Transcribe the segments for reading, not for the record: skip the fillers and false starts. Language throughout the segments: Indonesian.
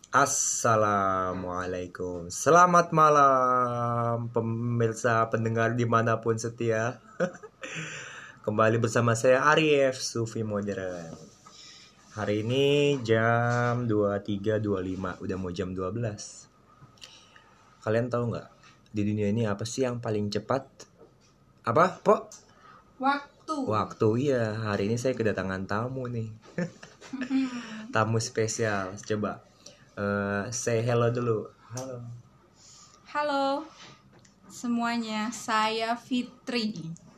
Assalamualaikum. Selamat malam pemirsa pendengar dimanapun setia. Kembali bersama saya Arif Sufi Modern. Hari ini jam 23.25, udah mau jam 12. Kalian tahu nggak, di dunia ini apa sih yang paling cepat? Apa, Pok? Waktu, iya. Hari ini saya kedatangan tamu nih. Tamu spesial. Coba say hello dulu. Halo semuanya, saya Fitri.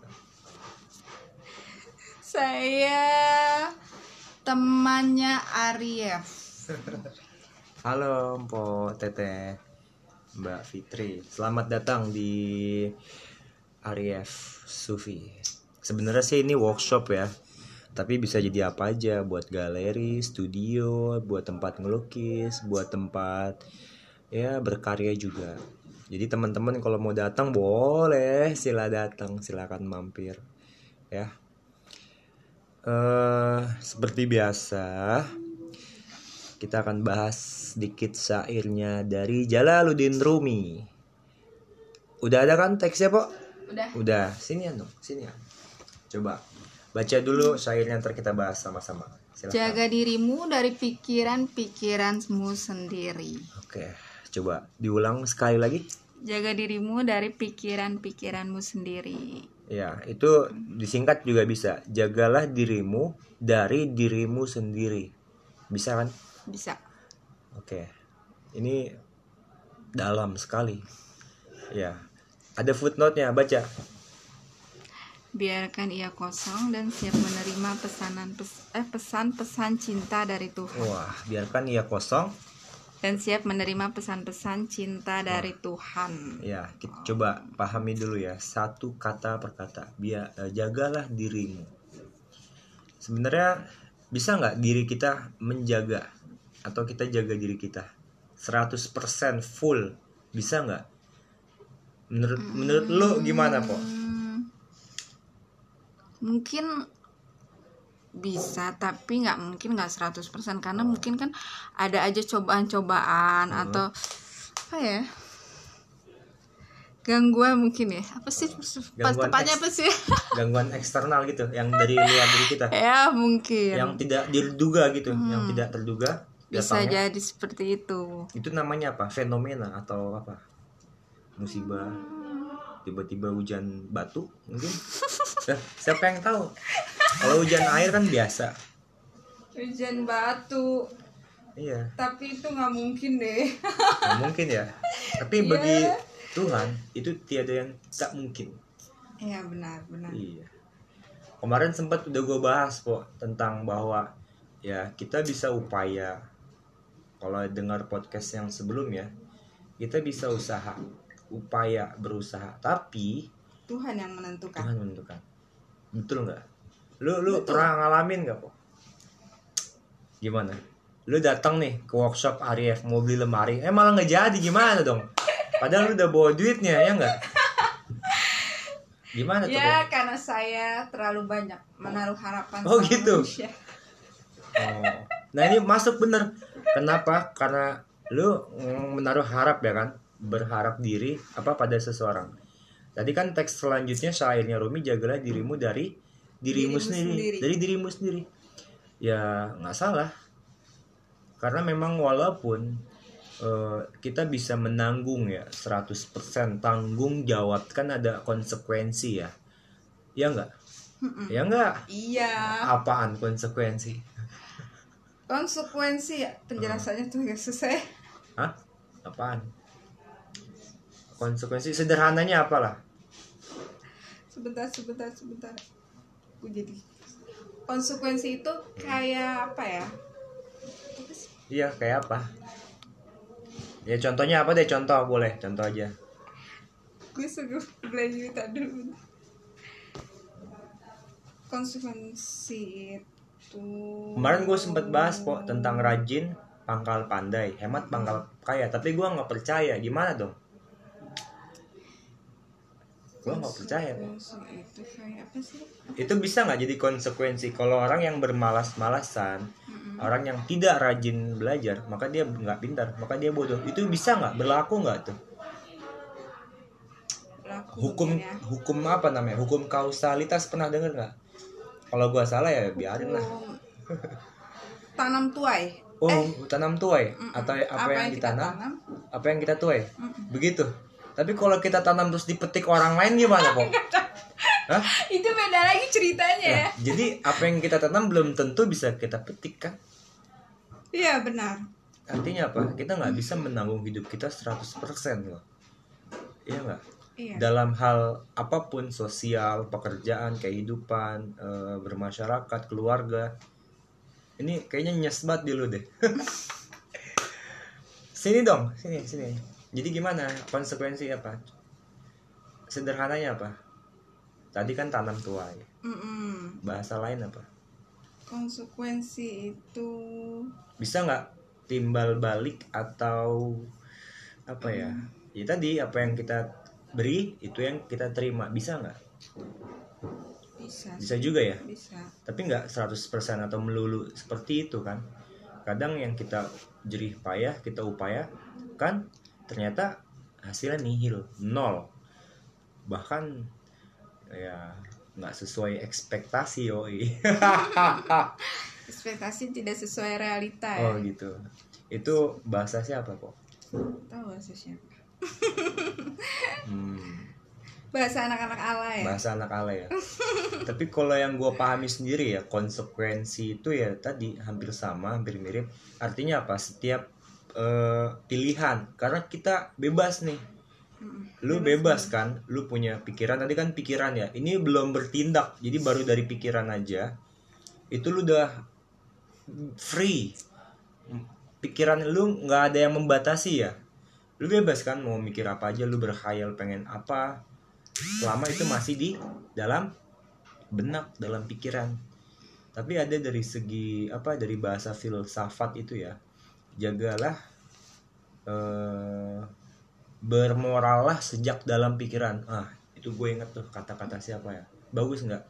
Saya temannya Arif. Halo Mpok Teteh, Mbak Fitri. Selamat datang di Arif Sufi. Sebenarnya sih ini workshop ya, tapi bisa jadi apa aja, buat galeri, studio, buat tempat ngelukis, buat tempat ya berkarya juga. Jadi teman-teman kalau mau datang boleh, silakan mampir ya. Seperti biasa kita akan bahas sedikit syairnya dari Jalaluddin Rumi. Udah ada kan teksnya, Pok? Udah. Sini ya. Coba baca dulu syairnya, ntar kita bahas sama-sama. Silakan. Jaga dirimu dari pikiran-pikiranmu sendiri. Oke, coba diulang sekali lagi. Jaga dirimu dari pikiran-pikiranmu sendiri. Ya, itu disingkat juga bisa. Jagalah dirimu dari dirimu sendiri. Bisa kan? Bisa. Oke. Ini dalam sekali. Ya. Ada footnote-nya, baca. Biarkan ia kosong dan siap menerima pesan-pesan cinta dari Tuhan. Wah, biarkan ia kosong Dan siap menerima pesan-pesan cinta dari Tuhan. ya. Kita coba pahami dulu ya, satu kata per kata. Jagalah dirimu. Sebenarnya bisa nggak diri kita menjaga, atau kita jaga diri kita 100% full? Bisa nggak? Menurut lo gimana, Pok? Mungkin bisa, tapi mungkin nggak 100%, karena mungkin kan ada aja cobaan-cobaan atau apa ya, gangguan mungkin ya, apa sih tepatnya apa sih? Gangguan eksternal gitu, yang dari luar diri kita, Ya mungkin yang tidak diduga gitu, yang tidak terduga bisa datangnya. jadi seperti itu. Itu namanya apa? Fenomena atau apa? Musibah, tiba-tiba hujan batu mungkin. Siapa yang tahu? Kalau hujan air kan biasa. Hujan batu. Iya. Tapi itu nggak mungkin deh. Nggak mungkin ya. Tapi bagi Tuhan itu tiada yang tak mungkin. Iya, benar. Iya. Kemarin sempat udah gue bahas kok tentang bahwa ya kita bisa upaya. Kalau dengar podcast yang sebelumnya, kita bisa berusaha, tapi Tuhan yang menentukan. Betul nggak? Lu pernah ngalamin nggak, kok? Gimana? Lu datang nih ke workshop Arif mau beli lemari, malah nggak jadi, gimana dong? Padahal lu udah bawa duitnya, ya nggak? Gimana tuh? Ya, karena saya terlalu banyak menaruh harapan. Oh gitu. Manusia. Oh. Nah ini masuk bener. Kenapa? Karena lu menaruh harap ya kan, berharap diri pada seseorang. Tadi kan teks selanjutnya syairnya Rumi, jagalah dirimu dari dirimu sendiri. Dari dirimu sendiri. Ya nggak salah. Karena memang walaupun kita bisa menanggung ya 100% tanggung jawab, kan ada konsekuensi ya. Ya nggak? Ya nggak? Iya. Apaan konsekuensi? Konsekuensi ya, penjelasannya tuh gak selesai. Hah? Apaan? Konsekuensi sederhananya apalah? Sebentar. Aku jadi konsekuensi itu kayak apa ya? Iya, kayak apa? Ya contohnya apa deh? Contoh boleh, contoh aja. Gue suka belajar dulu. Konsekuensi itu. Kemarin gue sempet bahas kok tentang rajin pangkal pandai, hemat pangkal kaya. Tapi gue nggak percaya. Gimana dong? Gue nggak percaya. Itu kayak apa sih? Itu bisa nggak jadi konsekuensi kalau orang yang bermalas-malasan, orang yang tidak rajin belajar, maka dia nggak pintar, maka dia bodoh. Itu bisa nggak berlaku nggak tuh? Hukum apa namanya? Hukum kausalitas, pernah dengar nggak? Kalau gua salah ya biarin lah. Tanam tuai. Tanam tuai atau apa yang ditanam? Apa yang kita tuai? Begitu. Tapi kalau kita tanam terus dipetik orang lain gimana, Pok? Hah? Itu beda lagi ceritanya ya. Jadi apa yang kita tanam belum tentu bisa kita petik kan? Iya, benar. Artinya apa? Kita nggak bisa menanggung hidup kita 100% loh. Iya nggak? Iya. Dalam hal apapun, sosial, pekerjaan, kehidupan, bermasyarakat, keluarga. Ini kayaknya nyes banget di lu deh. Sini dong, sini. Jadi gimana? Konsekuensi apa? Sederhananya apa? Tadi kan tanam tuai. Bahasa lain apa? Konsekuensi itu Bisa nggak timbal balik atau apa ya? Ya tadi apa yang kita beri itu yang kita terima. Bisa nggak? Bisa juga ya? Bisa. Tapi nggak 100% atau melulu seperti itu kan? Kadang yang kita jerih payah, kita upaya kan ternyata hasilnya nihil, 0. Bahkan ya nggak sesuai ekspektasi yoi. Ekspektasi tidak sesuai realita ya. Oh gitu. Itu bahasa siapa kok? Tahu bahasa siapa? Bahasa anak-anak alay. Bahasa anak alay ya. Tapi kalau yang gue pahami sendiri ya, konsekuensi itu ya tadi hampir sama, hampir mirip. Artinya apa? Setiap pilihan, karena kita bebas nih. Lu bebas kan, lu punya pikiran. Tadi kan pikiran ya, ini belum bertindak, jadi baru dari pikiran aja itu lu udah free. Pikiran lu nggak ada yang membatasi ya, lu bebas kan mau mikir apa aja, lu berkhayal pengen apa, selama itu masih di dalam benak, dalam pikiran. Tapi ada dari segi apa, dari bahasa filsafat itu ya, jagalah bermorallah sejak dalam pikiran. Itu gue inget tuh kata-kata siapa ya, bagus nggak?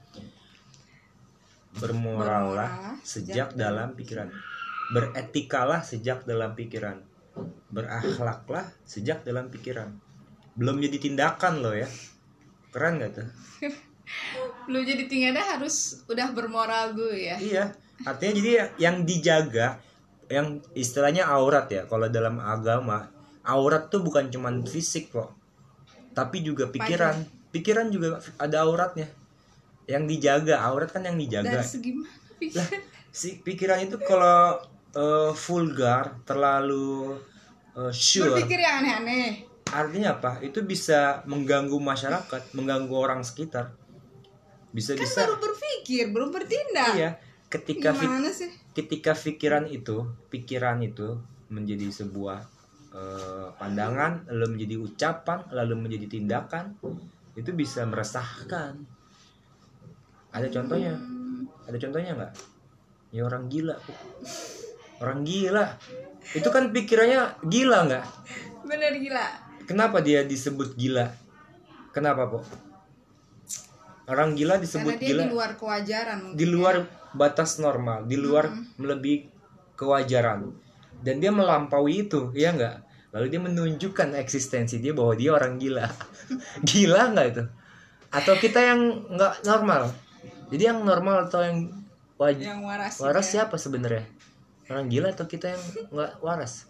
Bermorallah sejak dalam pikiran, beretikalah sejak dalam pikiran, berakhlaklah sejak dalam pikiran. Belum jadi tindakan loh ya, keren nggak tuh? Belum jadi tindakan harus udah bermoral gue ya. Iya, artinya jadi yang dijaga, yang istilahnya aurat ya. Kalau dalam agama, aurat tuh bukan cuma fisik kok, tapi juga pikiran. Pikiran juga ada auratnya. Yang dijaga, aurat kan yang dijaga. Dari segi mana pikiran? Lah, si pikiran itu kalau vulgar, terlalu sure. Berpikir yang aneh-aneh. Artinya apa? Itu bisa mengganggu masyarakat, mengganggu orang sekitar. Bisa-bisa. Kan baru berpikir, belum bertindak. Iya, ketika pikiran itu menjadi sebuah pandangan, lalu menjadi ucapan, lalu menjadi tindakan, itu bisa meresahkan. Ada contohnya nggak? Ya orang gila. Orang gila itu kan pikirannya gila nggak? Bener gila. Kenapa dia disebut gila? Kenapa kok? Orang gila disebut karena dia gila di luar kewajaran mungkin. Di luar batas normal, di luar melebihi kewajaran. Dan dia melampaui itu, ya enggak? Lalu dia menunjukkan eksistensi dia bahwa dia orang gila. Gila enggak itu? Atau kita yang enggak normal? Jadi yang normal atau yang waras siapa sebenarnya? Orang gila atau kita yang enggak waras?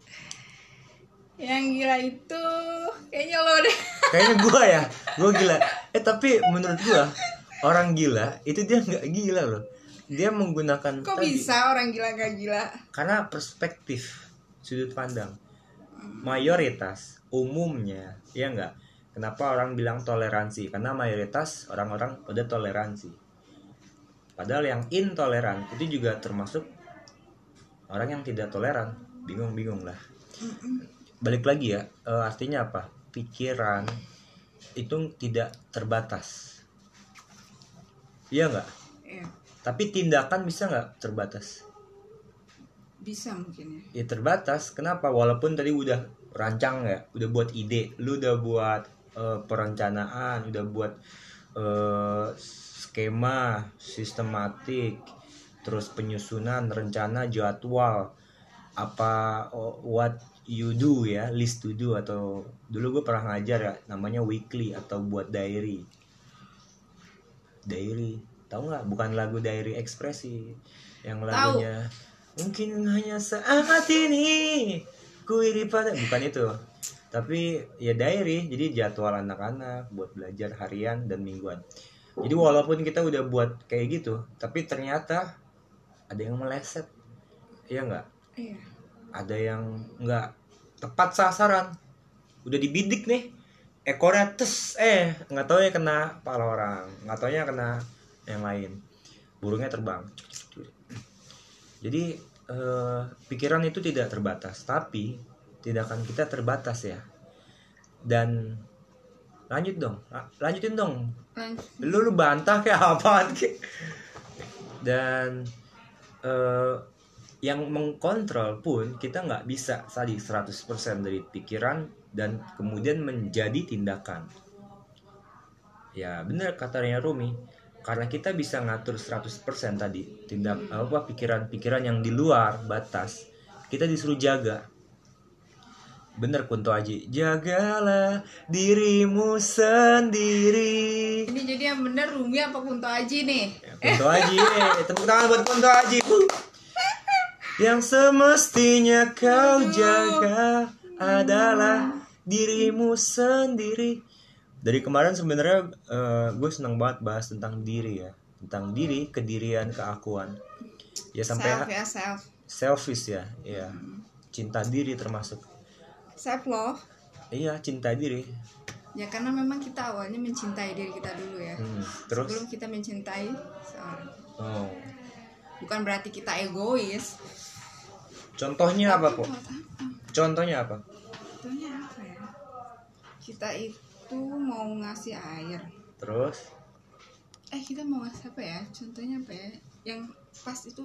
Yang gila itu kayaknya lo deh. Kayaknya gue gila. Tapi menurut gue orang gila itu dia nggak gila loh. Dia menggunakan. Kok bisa orang gila gak gila? Karena perspektif, sudut pandang. Mayoritas, umumnya, ya nggak. Kenapa orang bilang toleransi? Karena mayoritas orang-orang udah toleransi. Padahal yang intoleran itu juga termasuk orang yang tidak toleran. Bingung lah. Balik lagi ya, artinya apa? Pikiran itu tidak terbatas, iya nggak? Iya. Tapi tindakan bisa nggak terbatas? Bisa mungkin ya. Ya terbatas. Kenapa? Walaupun tadi udah rancang ya, udah buat ide, lu udah buat perencanaan, udah buat skema sistematik, terus penyusunan rencana jadwal apa what you do ya, list to do, atau dulu gue pernah ngajar ya namanya weekly atau buat diary. Tahu nggak? Bukan lagu Diary Ekspresi yang lagunya mungkin hanya saat ini ku iri pada, bukan itu, tapi ya diary. Jadi jadwal anak-anak buat belajar harian dan mingguan. Jadi walaupun kita udah buat kayak gitu, tapi ternyata ada yang meleset, iya nggak? Iya. Ada yang nggak tepat sasaran, udah dibidik nih ekornya nggak tahu ya kena kepala orang, nggak taunya kena yang lain, burungnya terbang. Jadi pikiran itu tidak terbatas, tapi tindakan kita terbatas ya. Dan lanjutin dong. Lu bantah kayak apaan kayak. Dan yang mengkontrol pun kita nggak bisa tadi 100% dari pikiran dan kemudian menjadi tindakan. Ya benar katanya Rumi, karena kita bisa ngatur 100% tadi pikiran-pikiran yang di luar batas, kita disuruh jaga. Bener Kunto Aji, jagalah dirimu sendiri. Ini jadi yang bener Rumi apa Kunto Aji nih? Ya, Kunto Aji, tepuk tangan buat Kunto Aji. Yang semestinya kau jaga adalah dirimu sendiri. Dari kemarin sebenarnya gue senang banget bahas tentang diri ya, tentang diri, kedirian, keakuan. Ya sampai selfish ya, ya. Cinta diri termasuk. Self love. Iya, cinta diri. Ya karena memang kita awalnya mencintai diri kita dulu ya. Terus sebelum kita mencintai seorang. Oh. Bukan berarti kita egois. Contohnya apa, Po? Contohnya apa? Contohnya apa ya? Kita itu mau ngasih air. Terus? Kita mau ngasih apa ya? Contohnya apa ya? Yang pas itu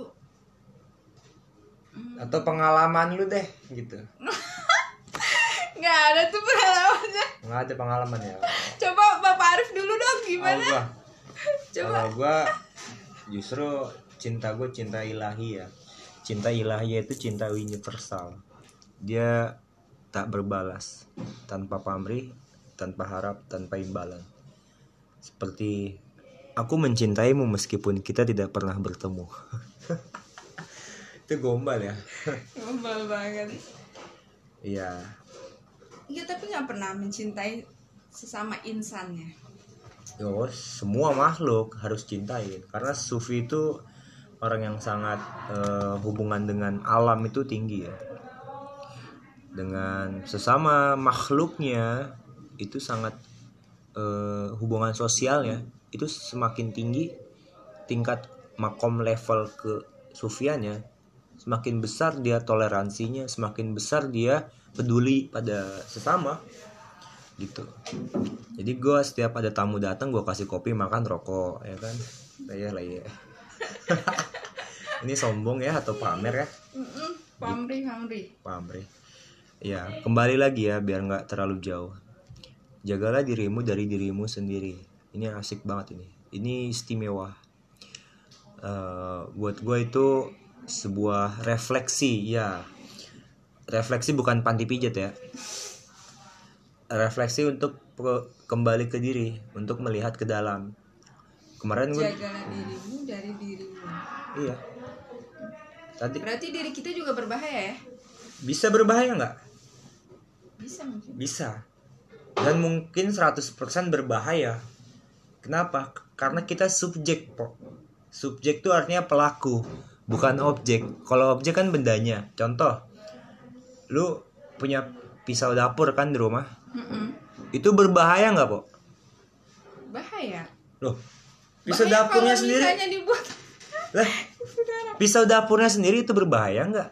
Atau pengalaman lu deh gitu. Nggak ada tuh pengalamannya. Nggak ada pengalaman ya. Coba Bapak Arif dulu dong gimana? Kalau gua justru cinta ilahi ya. Cinta ilahi itu cinta universal. Dia tak berbalas, tanpa pamrih, tanpa harap, tanpa imbalan. Seperti aku mencintaimu meskipun kita tidak pernah bertemu. Itu gombal ya. Gombal banget. Iya. Iya tapi nggak pernah mencintai sesama insannya. Yo, semua makhluk harus cintain karena Sufi itu orang yang sangat hubungan dengan alam itu tinggi ya. Dengan sesama makhluknya itu sangat hubungan sosialnya itu semakin tinggi, tingkat makom level kesufiannya semakin besar dia toleransinya, semakin besar dia peduli pada sesama gitu. Jadi gue setiap ada tamu datang gue kasih kopi, makan, rokok ya kan. Lah ya. Ini sombong ya atau pamer ya? Pamrih. Ya, kembali lagi ya biar nggak terlalu jauh. Jagalah dirimu dari dirimu sendiri. Ini asik banget ini. Ini istimewa. Buat gue itu sebuah refleksi ya. Refleksi bukan panti pijat ya. Refleksi untuk kembali ke diri, untuk melihat ke dalam. Kemarin gue jagalah dirimu dari dirimu. Iya. Tadi berarti diri kita juga berbahaya ya? Bisa berbahaya nggak? Bisa mungkin. Bisa. Dan mungkin 100% berbahaya. Kenapa? Karena kita subjek, Po. Subjek itu artinya pelaku, bukan objek. Kalau objek kan bendanya. Contoh, lu punya pisau dapur kan di rumah? Itu berbahaya nggak, Po? Bahaya. Loh, pisau dapurnya sendiri. Dibuat. Lah, pisau dapurnya sendiri itu berbahaya nggak?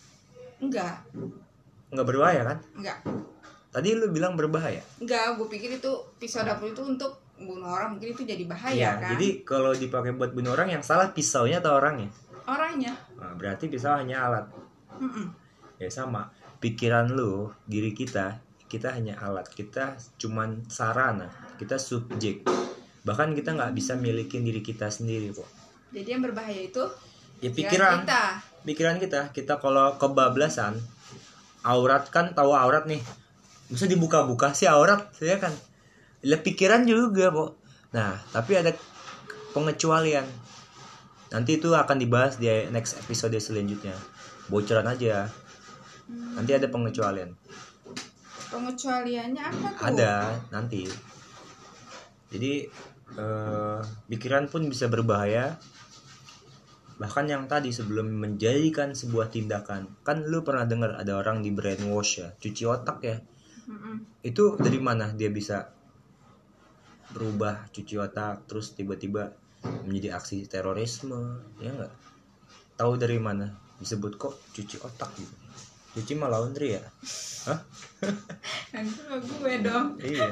Nggak berbahaya kan? Enggak. Tadi lu bilang berbahaya. Enggak, gue pikir itu pisau dapur itu untuk bunuh orang, mungkin itu jadi bahaya ya, kan? Jadi kalau dipakai buat bunuh orang, yang salah pisaunya atau orangnya? Orangnya. Nah, berarti pisau hanya alat. Ya sama. Pikiran lu, diri kita kita hanya alat, kita cuman sarana, kita subjek. Bahkan kita nggak bisa milikin diri kita sendiri kok. Jadi yang berbahaya itu Ya pikiran kita kalau kebablasan, aurat kan, tahu aurat nih, bisa dibuka-buka sih aurat, ya kan? Ya pikiran juga kok. Nah tapi ada pengecualian. Nanti itu akan dibahas di next episode selanjutnya. Bocoran aja. Nanti ada pengecualian. Pengecualiannya apa tuh? Ada nanti. Jadi pikiran pun bisa berbahaya. Bahkan yang tadi sebelum menjadikan sebuah tindakan, kan lu pernah dengar ada orang di brainwash ya, cuci otak ya. Itu dari mana dia bisa berubah cuci otak terus tiba-tiba menjadi aksi terorisme, ya nggak? Tahu dari mana disebut kok cuci otak gitu? Cuci mah laundry ya? Hah? Nanti sama gue dong. Iya.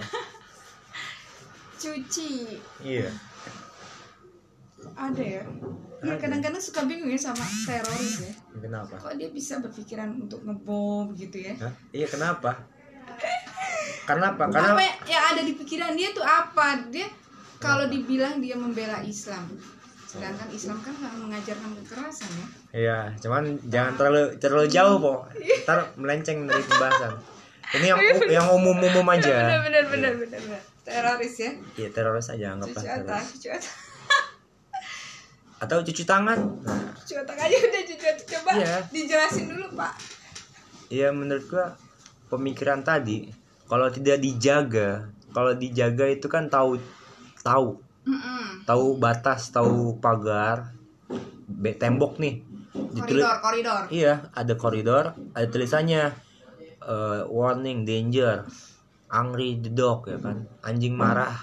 Cuci. Iya. Ada ya. Ya kadang-kadang suka bingung ya sama teroris ya. Kenapa? Kok dia bisa berpikiran untuk ngebom gitu ya? Hah? Iya kenapa? Karena apa? Karena Apa yang ada di pikiran dia tuh apa? Dia kalau dibilang dia membela Islam, sedangkan Islam kan nggak mengajarkan kekerasan ya. Iya, cuman jangan terlalu jauh kok. Ntar melenceng dari pembahasan. Ini yang umum aja. Benar. Teroris ya. Iya, teroris aja anggaplah teroris. Cuci otak. Atau cuci tangan. Nah, Cuci otak aja udah cuci otak. Coba iya. dijelasin dulu Pak. Iya, menurut gua pemikiran tadi kalau tidak dijaga, itu kan tahu batas, tahu pagar, tembok nih. Koridor. Iya, ada koridor, ada tulisannya warning, danger, angry the dog, ya kan, anjing marah.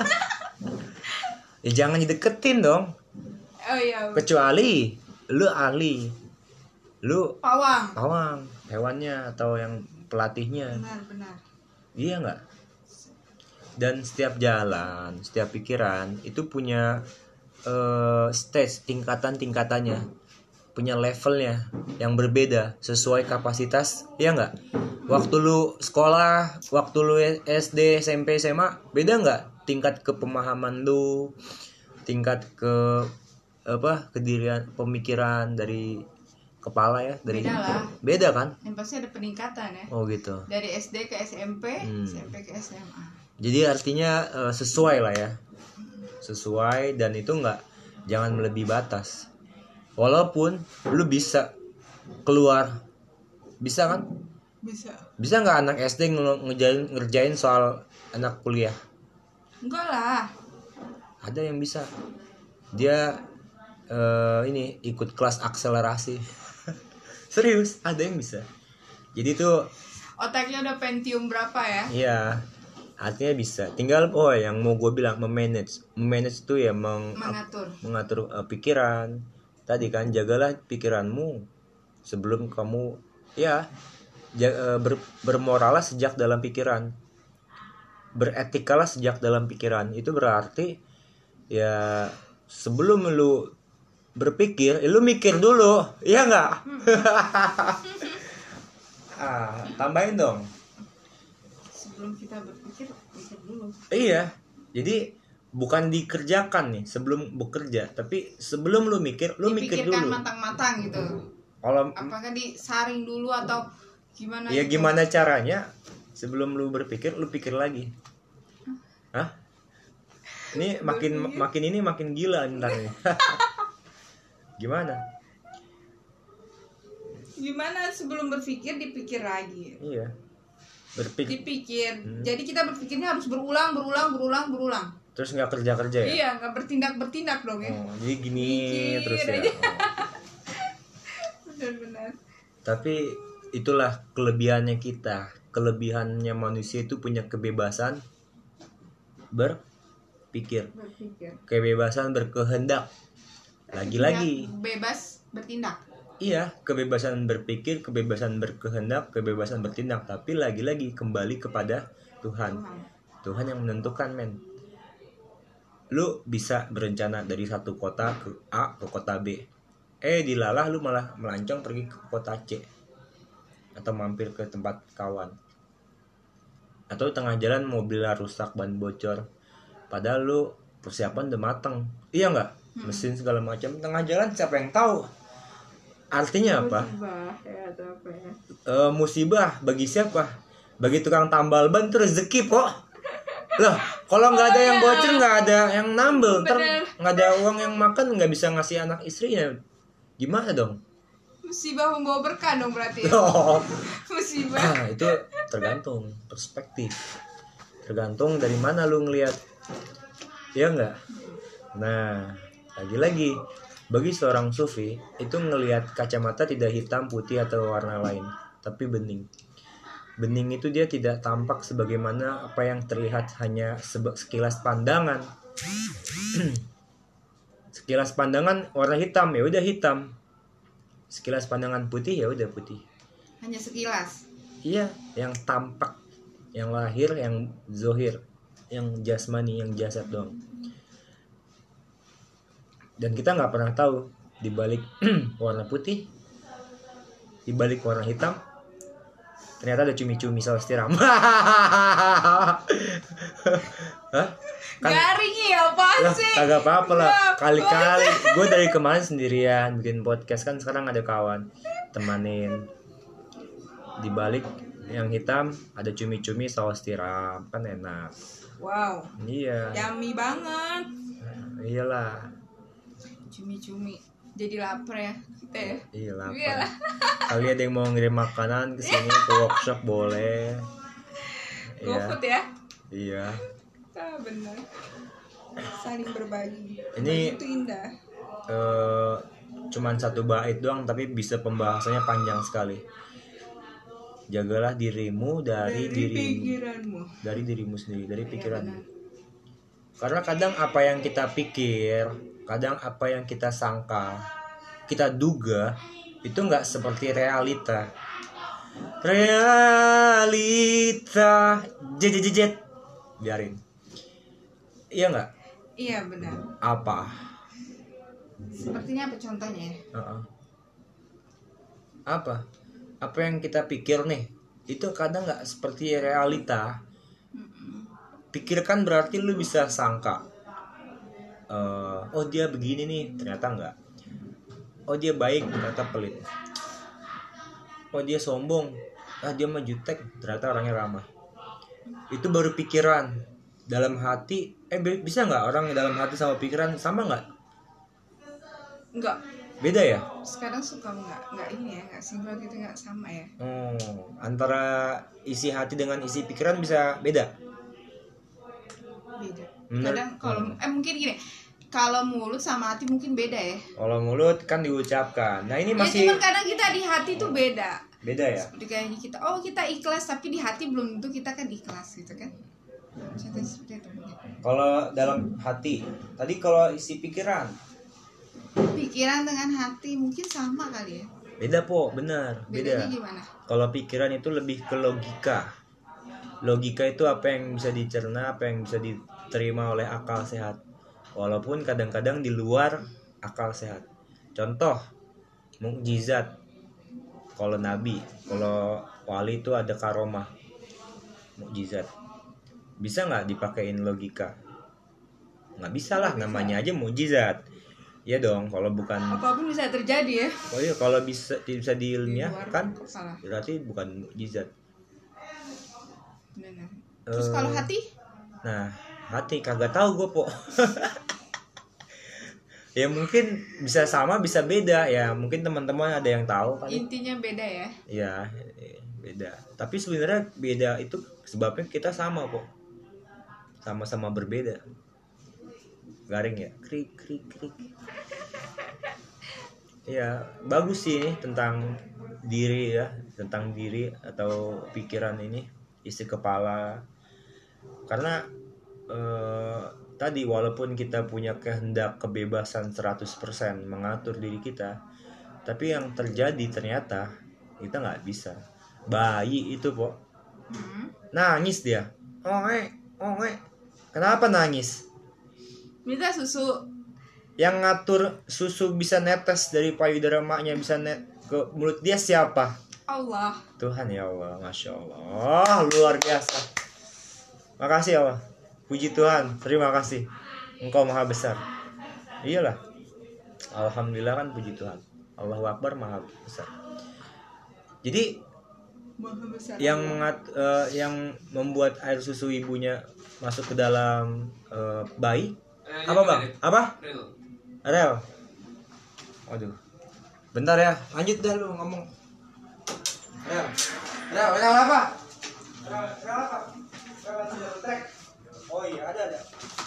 Ya jangan dideketin dong. Oh iya. Kecuali lu ahli, lu Pawang. hewannya atau yang pelatihnya. Benar. Iya nggak? Dan setiap jalan, setiap pikiran itu punya stage, tingkatannya, punya levelnya yang berbeda sesuai kapasitas, ya nggak? Waktu lu sekolah, waktu lu SD, SMP, SMA, beda nggak? Tingkat kepemahaman lu, tingkat kedirian, pemikiran dari kepala ya, dari beda kan? Yang pasti ada peningkatan ya. Oh gitu. Dari SD ke SMP, SMP ke SMA. Jadi artinya sesuai lah ya, sesuai, dan itu jangan melebihi batas. Walaupun lu bisa keluar, bisa kan? Bisa nggak anak SD ngerjain soal anak kuliah? Enggak lah. Ada yang bisa. Dia ini ikut kelas akselerasi. Serius, ada yang bisa. Jadi tuh otaknya udah Pentium berapa ya? Iya. Artinya bisa. Tinggal yang mau gue bilang memanage itu ya mengatur pikiran. Tadi kan jagalah pikiranmu sebelum kamu bermoralah sejak dalam pikiran. Beretikalah sejak dalam pikiran. Itu berarti ya sebelum lu berpikir, lu mikir dulu, iya nggak? Tambahin dong. Sebelum kita berpikir, mikir dulu. Iya, jadi bukan dikerjakan nih sebelum bekerja, tapi sebelum lu mikir, lu mikir dulu. Dipikirkan matang-matang gitu. Apakah disaring dulu atau gimana? Ya gitu? Gimana caranya? Sebelum lu berpikir, lu pikir lagi. Hah? Ini makin gila ntar nih. Gimana sebelum berpikir dipikir lagi? Iya. Dipikir. Jadi kita berpikirnya harus berulang. Terus nggak kerja ya? Iya, nggak bertindak dong ya. Jadi gini mikir terus ya. Benar. Tapi itulah kelebihannya kita. Kelebihannya manusia itu punya kebebasan berpikir. Kebebasan berkehendak. Lagi-lagi bebas bertindak. Iya, kebebasan berpikir, kebebasan berkehendak, kebebasan bertindak, tapi lagi-lagi kembali kepada Tuhan yang menentukan, men. Lu bisa berencana dari satu kota ke A ke kota B. Dilalah lu malah melancong pergi ke kota C atau mampir ke tempat kawan. Atau tengah jalan mobilnya rusak, ban bocor, padahal lu persiapan udah mateng, iya nggak, mesin segala macam, tengah jalan siapa yang tahu artinya apa? Musibah ya atau apa ya? Musibah bagi siapa? Bagi tukang tambal ban itu rezeki kok. Loh, kalau nggak ada yang bocor, nggak ada yang nambel, ntar nggak ada uang yang makan, nggak bisa ngasih anak istrinya, gimana dong? Musibah membawa berkah dong berarti ya. Oh. Musibah. Nah, itu tergantung perspektif, tergantung dari mana lu ngelihat, ya nggak? Nah, lagi-lagi bagi seorang sufi itu ngelihat kacamata tidak hitam, putih atau warna lain, tapi bening. Bening itu dia tidak tampak sebagaimana apa yang terlihat hanya sekilas pandangan. Sekilas pandangan warna hitam, ya udah hitam. Sekilas pandangan putih, ya udah putih. Hanya sekilas. Iya, yang tampak, yang lahir, yang zohir, yang jasmani, yang jasad doang. Dan kita nggak pernah tahu di balik warna putih, di balik warna hitam, ternyata ada cumi-cumi saus tiram. Hah? Kan, Garing ya apaan lah, sih? kagak apa-apa lah. Kali-kali gue dari kemarin sendirian bikin podcast, kan sekarang ada kawan temanin. Di balik yang hitam ada cumi-cumi saus tiram, kan enak. Wow. Iya. Yummy banget. Iyalah. Cumi-cumi. Jadi lapar ya kita ya. Iyalah. Iyalah. Kali ada yang mau ngirim makanan ke sini ke workshop boleh. GoFood ya. Iya. Ah, benar. Saling berbagi. Ini itu indah. Cuman satu bait doang tapi bisa pembahasannya panjang sekali. Jagalah dirimu dari pikiranmu. Dari dirimu sendiri, dari pikiranmu. Ya, karena kadang apa yang kita pikir, kadang apa yang kita sangka, kita duga itu nggak seperti realita. Realita, jet, biarin. Iya nggak? Iya benar. Apa? Sepertinya apa contohnya ya? Apa yang kita pikir nih, itu kadang nggak seperti realita. Pikirkan berarti lu bisa sangka, oh dia begini nih, ternyata enggak. Oh dia baik, ternyata pelit. Oh dia sombong, dia mah jutek, ternyata orangnya ramah. Itu baru pikiran. Dalam hati, bisa nggak orang dalam hati sama pikiran sama nggak? Enggak. Beda ya? Sekarang suka enggak ini ya, enggak sinkron gitu, enggak sama ya. Antara isi hati dengan isi pikiran bisa beda. Beda. Kadang kalau mungkin gini, kalau mulut sama hati mungkin beda ya. Kalau mulut kan diucapkan. Nah ini masih. Ya, cuman kadang kita di hati tuh beda. Beda ya? Seperti kayaknya kita ikhlas, tapi di hati belum tentu kita kan ikhlas gitu kan. Seperti itu. Kalau dalam hati, tadi kalau isi pikiran. Pikiran dengan hati mungkin sama kali ya. Beda po, benar. Beda. Bedanya gimana? Kalau pikiran itu lebih ke logika. Logika itu apa yang bisa dicerna, apa yang bisa diterima oleh akal sehat. Walaupun kadang-kadang di luar akal sehat. Contoh, mukjizat. Kalau nabi, kalau wali itu ada karomah, mukjizat. Bisa nggak dipakein logika? Nggak bisa lah, namanya aja mukjizat. Ya dong, kalau bukan apapun bisa terjadi ya. Oh iya, kalau bisa diilmiahkan kepala. berarti bukan mukjizat. Benar. Terus kalau hati? Nah, hati kagak tahu gue po. Ya mungkin bisa sama bisa beda ya, mungkin teman-teman ada yang tahu kan. Intinya beda ya. Iya, beda. Tapi sebenarnya beda itu sebabnya kita sama po. Sama-sama berbeda. Garing ya, krik. Ya bagus sih ini tentang diri ya, tentang diri atau pikiran ini, isi kepala. Karena tadi walaupun kita punya kehendak kebebasan 100% mengatur diri kita, tapi yang terjadi ternyata kita nggak bisa. Bayi itu po, nangis dia, kenapa nangis? Minta susu. Yang ngatur susu bisa netes dari payudara emaknya bisa ke mulut dia siapa? Allah. Tuhan ya Allah, Masya Allah, luar biasa. Makasih Allah. Puji Tuhan, terima kasih. Engkau maha besar. Iyalah. Alhamdulillah kan, puji Tuhan. Allahu Akbar, maha besar. Jadi Maha besar. yang membuat air susu ibunya masuk ke dalam bayi apa bang? Apa? Rel. Aduh. Bentar ya, lanjut dah lu ngomong. Rel apa? Rel apa? Oh iya, ada.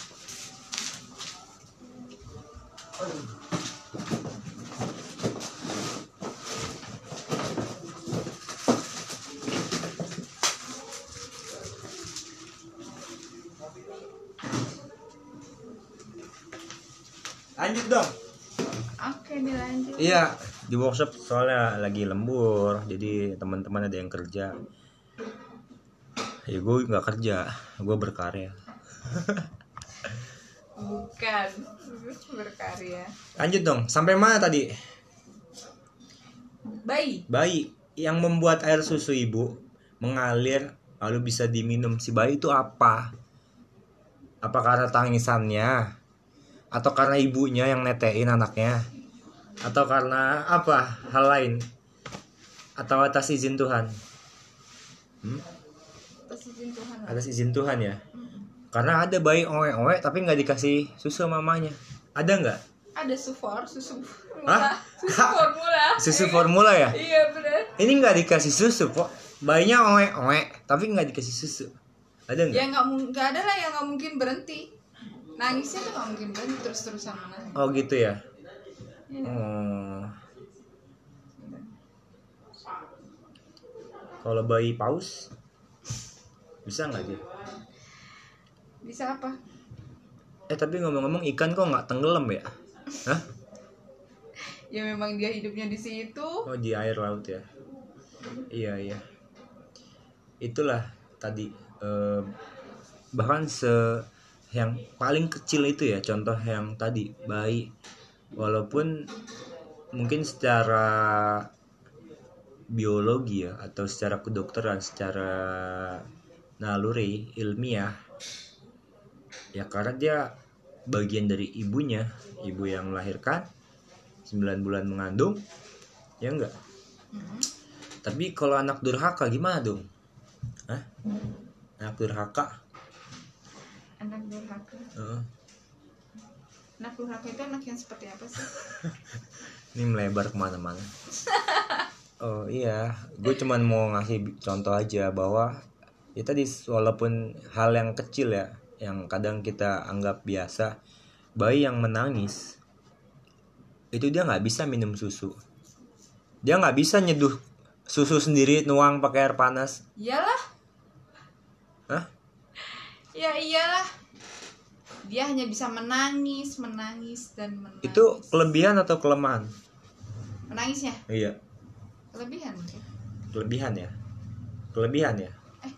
Lanjut dong. Oke, dilanjut. Iya, di workshop soalnya lagi lembur, jadi teman-teman ada yang kerja. Ya gue nggak kerja, gue berkarya. Bukan berkarya. Lanjut dong, sampai mana tadi? Bayi Yang membuat air susu ibu mengalir lalu bisa diminum si bayi itu apa? Apa karena tangisannya? Atau karena ibunya yang netein anaknya? Atau karena apa? Hal lain? Atau atas izin Tuhan? Atas izin Tuhan ya? Karena ada bayi oe-oe tapi nggak dikasih susu mamanya. Ada nggak? Ada susu formula. Hah? Susu formula. Susu formula ya? Iya benar. Ini nggak dikasih susu kok. Bayinya oe-oe tapi nggak dikasih susu. Ada nggak? Ya nggak ada lah yang nggak mungkin berhenti. Nangisnya tuh nggak mungkin berhenti terus-terusan nangis. Oh gitu ya? Ya. Oh. Kalau bayi paus bisa nggak dia? Bisa apa? Tapi ngomong-ngomong, ikan kok nggak tenggelam ya? Hah? Ya memang dia hidupnya di situ. Oh, di air laut ya? Iya. Itulah tadi bahkan yang paling kecil itu ya, contoh yang tadi bayi, walaupun mungkin secara biologi ya atau secara kedokteran, secara naluri ilmiah ya, karena dia bagian dari ibunya, ibu yang melahirkan 9 bulan mengandung, ya enggak? Tapi kalau anak durhaka gimana dong? Hah? Anak durhaka? Anak durhaka. Anak durhaka itu anak yang seperti apa sih? Ini melebar kemana-mana. Oh iya, gue cuman mau ngasih contoh aja bahwa ya tadi, walaupun hal yang kecil ya, yang kadang kita anggap biasa, bayi yang menangis itu dia nggak bisa minum susu, dia nggak bisa nyeduh susu sendiri nuang pakai air panas. Iyalah. Hah? Ya iyalah. Dia hanya bisa menangis dan menangis. Itu kelebihan atau kelemahan? Menangisnya? Iya. Kelebihan mungkin. Kelebihan ya. Iya.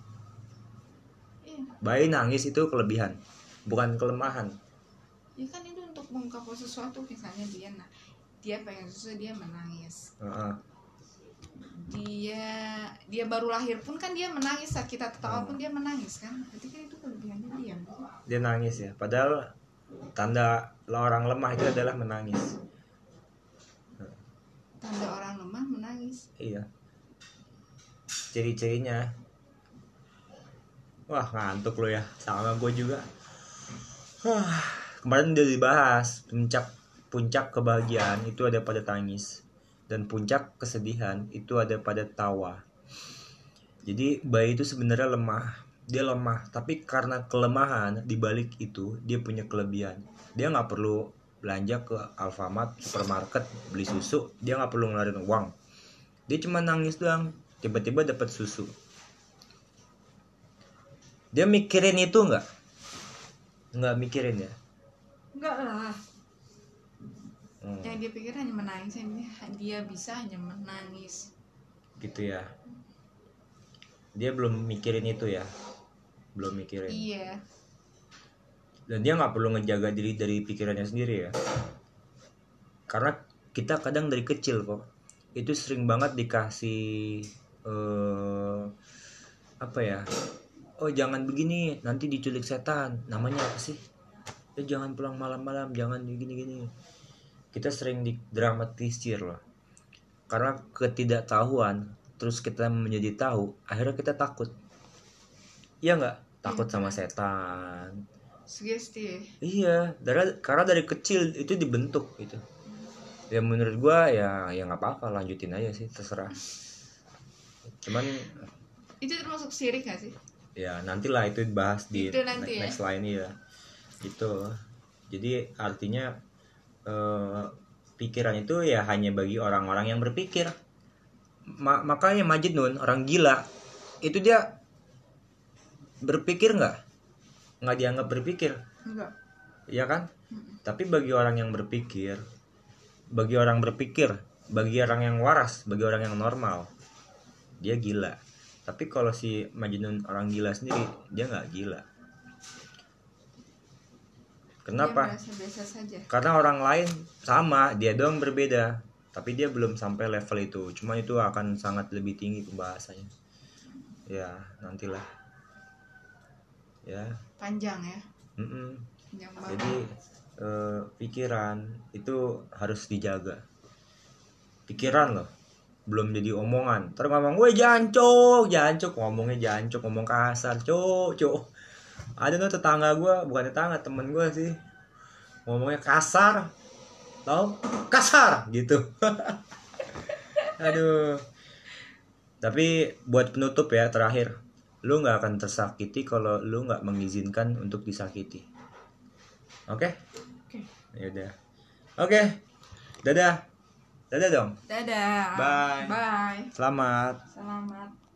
Bayi nangis itu kelebihan, bukan kelemahan. Ya kan itu untuk mengungkapkan sesuatu, misalnya dia pengen susu, dia menangis. Dia baru lahir pun kan dia menangis, saat kita tertawa pun dia menangis kan. Berarti kan itu kelebihannya dia. Dia nangis ya. Padahal tanda orang lemah itu adalah menangis. Tanda orang lemah menangis. Iya. Ciri-cirinya. Wah, ngantuk lo ya. Sama gue juga. Kemarin udah dibahas puncak kebahagiaan itu ada pada tangis, dan puncak kesedihan itu ada pada tawa. Jadi bayi itu sebenarnya lemah. Dia lemah, tapi karena kelemahan dibalik itu dia punya kelebihan. Dia nggak perlu belanja ke Alfamart, supermarket beli susu. Dia nggak perlu ngeluarin uang. Dia cuma nangis doang, tiba-tiba dapat susu. Dia mikirin itu nggak? Nggak mikirin ya? Enggak lah. Yang dia pikir hanya menangis, dia bisa hanya menangis. Gitu ya. Dia belum mikirin itu ya. Belum mikirin. Iya. Dan dia nggak perlu ngejaga diri dari pikirannya sendiri ya. Karena kita kadang dari kecil kok itu sering banget dikasih oh jangan begini nanti diculik setan, namanya apa sih, jangan pulang malam-malam, jangan gini-gini. Kita sering didramatisir loh, karena ketidaktahuan terus kita menjadi tahu, akhirnya kita takut. Iya nggak, takut sama setan. Sugesti. Iya, karena dari kecil itu dibentuk gitu. Ya menurut gua ya nggak apa-apa, lanjutin aja sih, terserah. Cuman Itu termasuk syirik gak sih? ya nantilah itu dibahas di nanti next line ya. Gitu. Jadi artinya pikiran itu ya hanya bagi orang-orang yang berpikir. Makanya Majnun, orang gila, itu dia berpikir nggak dianggap berpikir, enggak, ya kan? Tapi bagi orang yang berpikir, bagi orang yang waras, bagi orang yang normal, dia gila. Tapi kalau si Majnun orang gila sendiri, dia nggak gila. Kenapa? Dia biasa saja. Karena orang lain sama, dia doang berbeda, tapi dia belum sampai level itu. Cuma itu akan sangat lebih tinggi pembahasannya. Ya nantilah. Ya. Panjang ya. Jadi pikiran itu harus dijaga. Pikiran loh, belum jadi omongan. Ntar ngomong, woi jancok, ngomongnya jancok, ngomong kasar, cok. Ada tuh tetangga gue, bukan tetangga, temen gue sih, ngomongnya kasar, tau? Kasar gitu. Aduh. Tapi buat penutup ya, terakhir, lu nggak akan tersakiti kalau lu nggak mengizinkan untuk disakiti. Oke? Ya udah. Oke. Dadah dong. Dadah. Bye. Bye. Selamat.